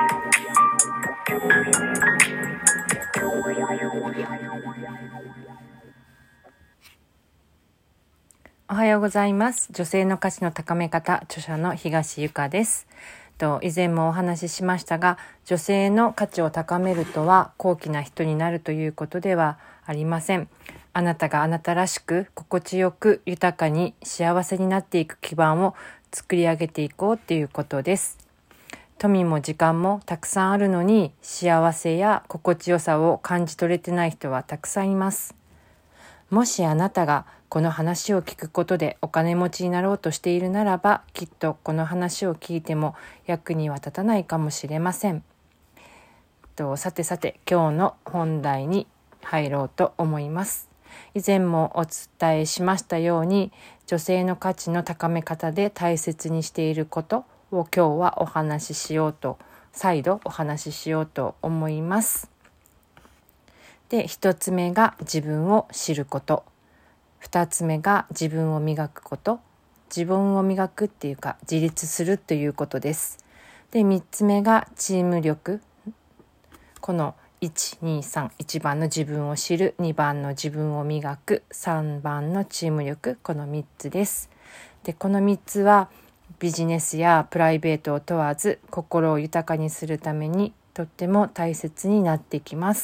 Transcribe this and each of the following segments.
おはようございます。女性の価値の高め方、著者の東由香です。以前もお話ししましたが、女性の価値を高めるとは高貴な人になるということではありません。あなたがあなたらしく心地よく豊かに幸せになっていく基盤を作り上げていこうっていうことです。富も時間もたくさんあるのに幸せや心地よさを感じ取れてない人はたくさんいます。もしあなたがこの話を聞くことでお金持ちになろうとしているならば、きっとこの話を聞いても役には立たないかもしれません。さて今日の本題に入ろうと思います。以前もお伝えしましたように、女性の価値の高め方で大切にしていることを今日は再度お話ししようと思います。で、一つ目が自分を知ること。二つ目が自分を磨くこと。自分を磨くっていうか自立するということです。で、三つ目がチーム力。この1、2、3、1番の自分を知る、2番の自分を磨く、3番のチーム力、この3つです。で、この3つはビジネスやプライベートを問わず心を豊かにするためにとっても大切になってきます。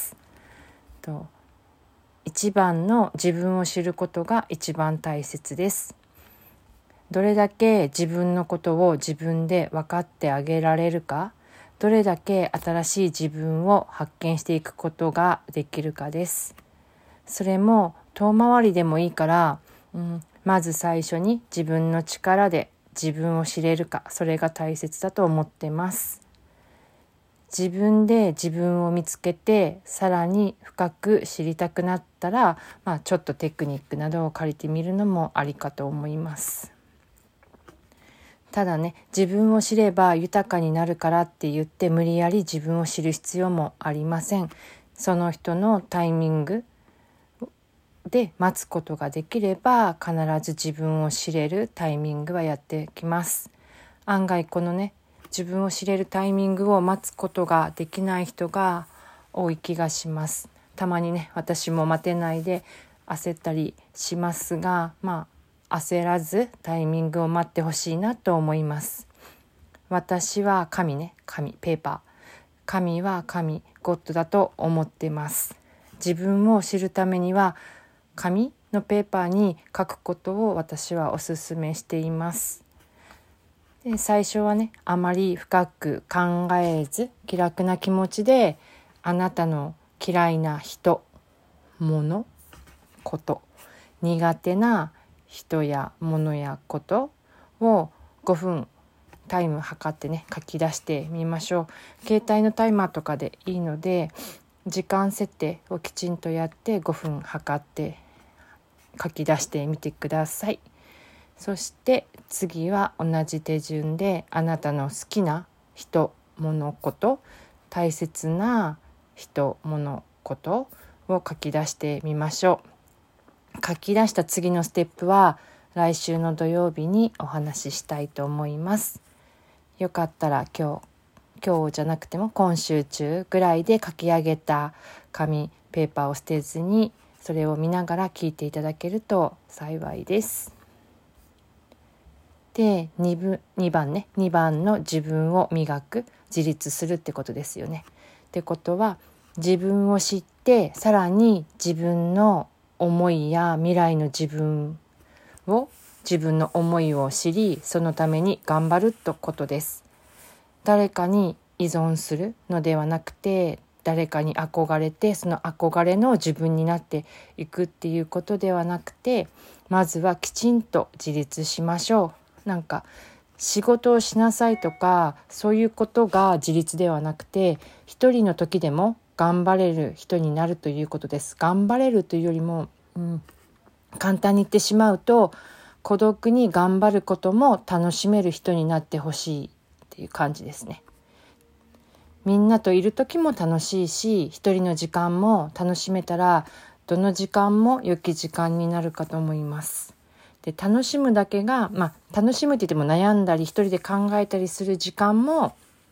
一番の自分を知ることが一番大切です。どれだけ自分のことを自分で分かってあげられるか、どれだけ新しい自分を発見していくことができるかです。それも遠回りでもいいから、まず最初に自分の力で自分を知れるか、それが大切だと思ってます。自分で自分を見つけてさらに深く知りたくなったら、ちょっとテクニックなどを借りてみるのもありかと思います。ただね、自分を知れば豊かになるからって言って無理やり自分を知る必要もありません。その人のタイミングで待つことができれば必ず自分を知れるタイミングはやってきます。案外このね、自分を知れるタイミングを待つことができない人が多い気がします。たまにね、私も待てないで焦ったりしますが、焦らずタイミングを待ってほしいなと思います。私はペーパー。神は神、ゴッドだと思ってます。自分を知るためには紙のペーパーに書くことを私はお勧めしています。で、最初はね、あまり深く考えず気楽な気持ちであなたの嫌いな人、物、こと、苦手な人や物やことを5分タイム測ってね、書き出してみましょう。携帯のタイマーとかでいいので、時間設定をきちんとやって5分測って書き出してみてください。そして次は同じ手順であなたの好きな人、物、こと、大切な人、物、ことを書き出してみましょう。書き出した次のステップは来週の土曜日にお話ししたいと思います。よかったら今日じゃなくても今週中ぐらいで書き上げた紙ペーパーを捨てずにそれを見ながら聞いていただけると幸いです。で、2番の自分を磨く、自立するってことですよね。ってことは自分を知ってさらに自分の思いや未来の自分の思いを知り、そのために頑張るってことです。誰かに依存するのではなくて、誰かに憧れてその憧れの自分になっていくっていうことではなくて、まずはきちんと自立しましょう。仕事をしなさいとかそういうことが自立ではなくて、一人の時でも頑張れる人になるということです。頑張れるというよりも、簡単に言ってしまうと、孤独に頑張ることも楽しめる人になってほしいっていう感じですね。みんなといる時も楽しいし、一人の時間も楽しめたらどの時間も良き時間になるかと思います。で、楽しむだけが、楽しむって言っても悩んだり一人で考えたりする時間も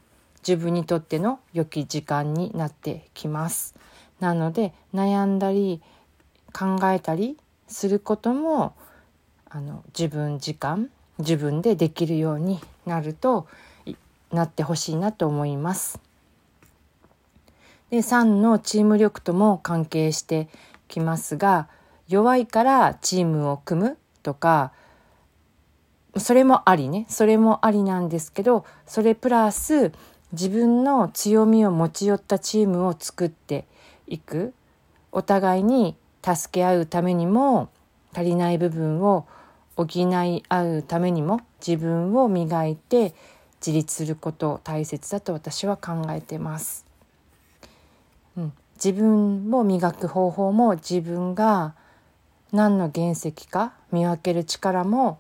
自分にとっての良き時間になってきます。なので悩んだり考えたりすることも自分でできるようになってほしいなと思います。で3のチーム力とも関係してきますが、弱いからチームを組むとか、それもありなんですけど、それプラス自分の強みを持ち寄ったチームを作っていく、お互いに助け合うためにも、足りない部分を補い合うためにも自分を磨いて自立すること大切だと私は考えてます。自分を磨く方法も、自分が何の原石か見分ける力も、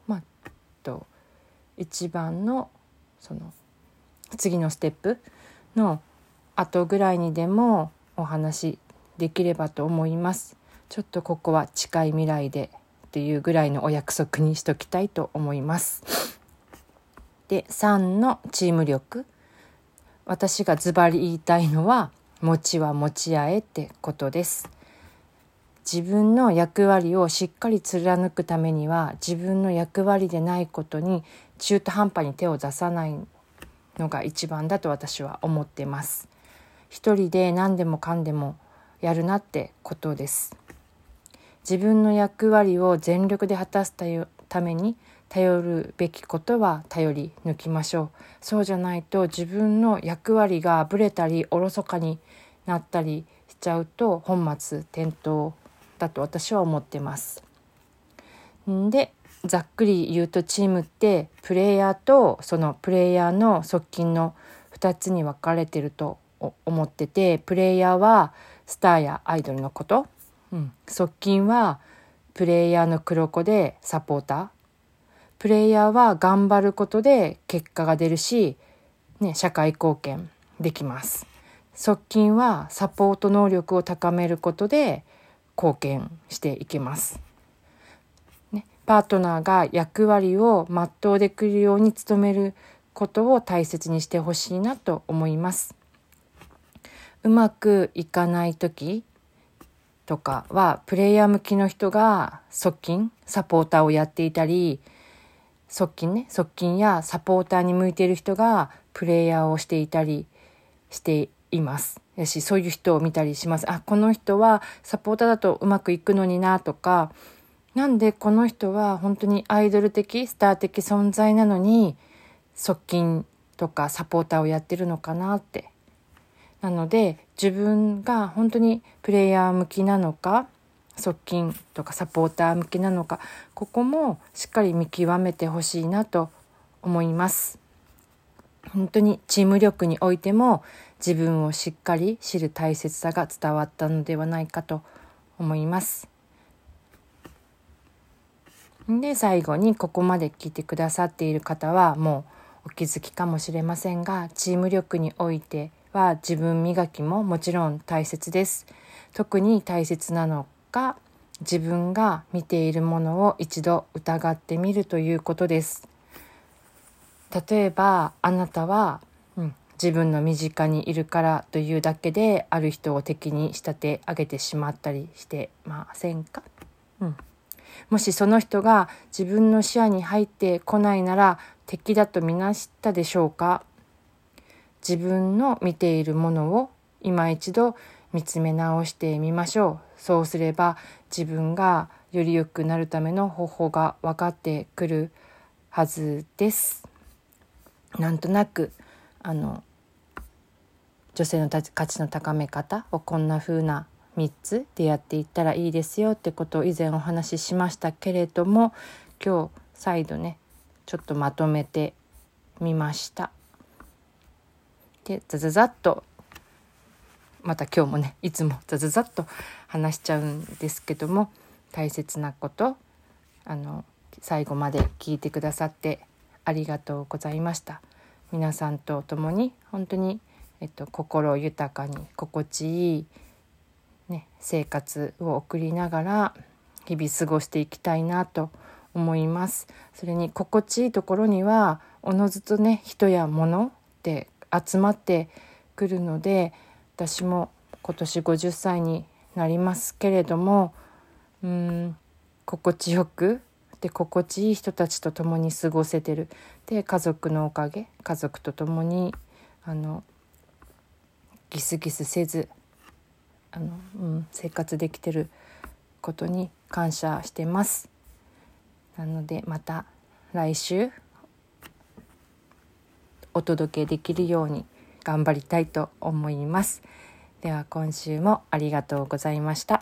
一番のその次のステップの後ぐらいにでもお話できればと思います。ちょっとここは近い未来でっていうぐらいのお約束にしときたいと思います。で3のチーム力、私がズバリ言いたいのは、持ちは持ち合えってことです。自分の役割をしっかり貫くためには、自分の役割でないことに中途半端に手を出さないのが一番だと私は思ってます。一人で何でもかんでもやるなってことです。自分の役割を全力で果たすために頼るべきことは頼り抜きましょう。そうじゃないと自分の役割がぶれたりおろそかになったりしちゃうと本末転倒だと私は思ってます。でざっくり言うと、チームってプレイヤーとそのプレイヤーの側近の2つに分かれてると思ってて、プレイヤーはスターやアイドルのこと、側近はプレイヤーの黒子でサポーター、プレイヤーは頑張ることで結果が出るし、社会貢献できます。側近はサポート能力を高めることで貢献していけます。パートナーが役割を全うできるように努めることを大切にしてほしいなと思います。うまくいかない時とかは、プレイヤー向きの人が側近、サポーターをやっていたり、側近やサポーターに向いている人がプレイヤーをしていたりしています。そういう人を見たりします。この人はサポーターだとうまくいくのになとか、なんでこの人は本当にアイドル的スター的存在なのに側近とかサポーターをやってるのかなって。なので自分が本当にプレイヤー向きなのか、側近とかサポーター向きなのか、ここもしっかり見極めてほしいなと思います。本当にチーム力においても自分をしっかり知る大切さが伝わったのではないかと思います。で最後に、ここまで聞いてくださっている方はもうお気づきかもしれませんが、チーム力においては自分磨きももちろん大切です。特に大切なのが、自分が見ているものを一度疑ってみるということです。例えばあなたは、自分の身近にいるからというだけである人を敵に仕立て上げてしまったりしてませんか？もしその人が自分の視野に入ってこないなら敵だとみなしたでしょうか？自分の見ているものを今一度見つめ直してみましょう。そうすれば自分がより良くなるための方法が分かってくるはずです。なんとなく女性の価値の高め方をこんな風な3つでやっていったらいいですよってことを以前お話ししましたけれども、今日再度ちょっとまとめてみました。でザザザッとまた今日もいつもザザザッと話しちゃうんですけども、大切なこと最後まで聞いてくださってありがとうございました。皆さんと共に本当に、心豊かに心地いい、生活を送りながら日々過ごしていきたいなと思います。それに心地いいところにはおのずと人や物って集まってくるので、私も今年50歳になりますけれども、心地よくで心地いい人たちと共に過ごせてる。で家族のおかげ、家族と共にギスギスせず生活できてることに感謝してます。なのでまた来週お届けできるように頑張りたいと思います。では今週もありがとうございました。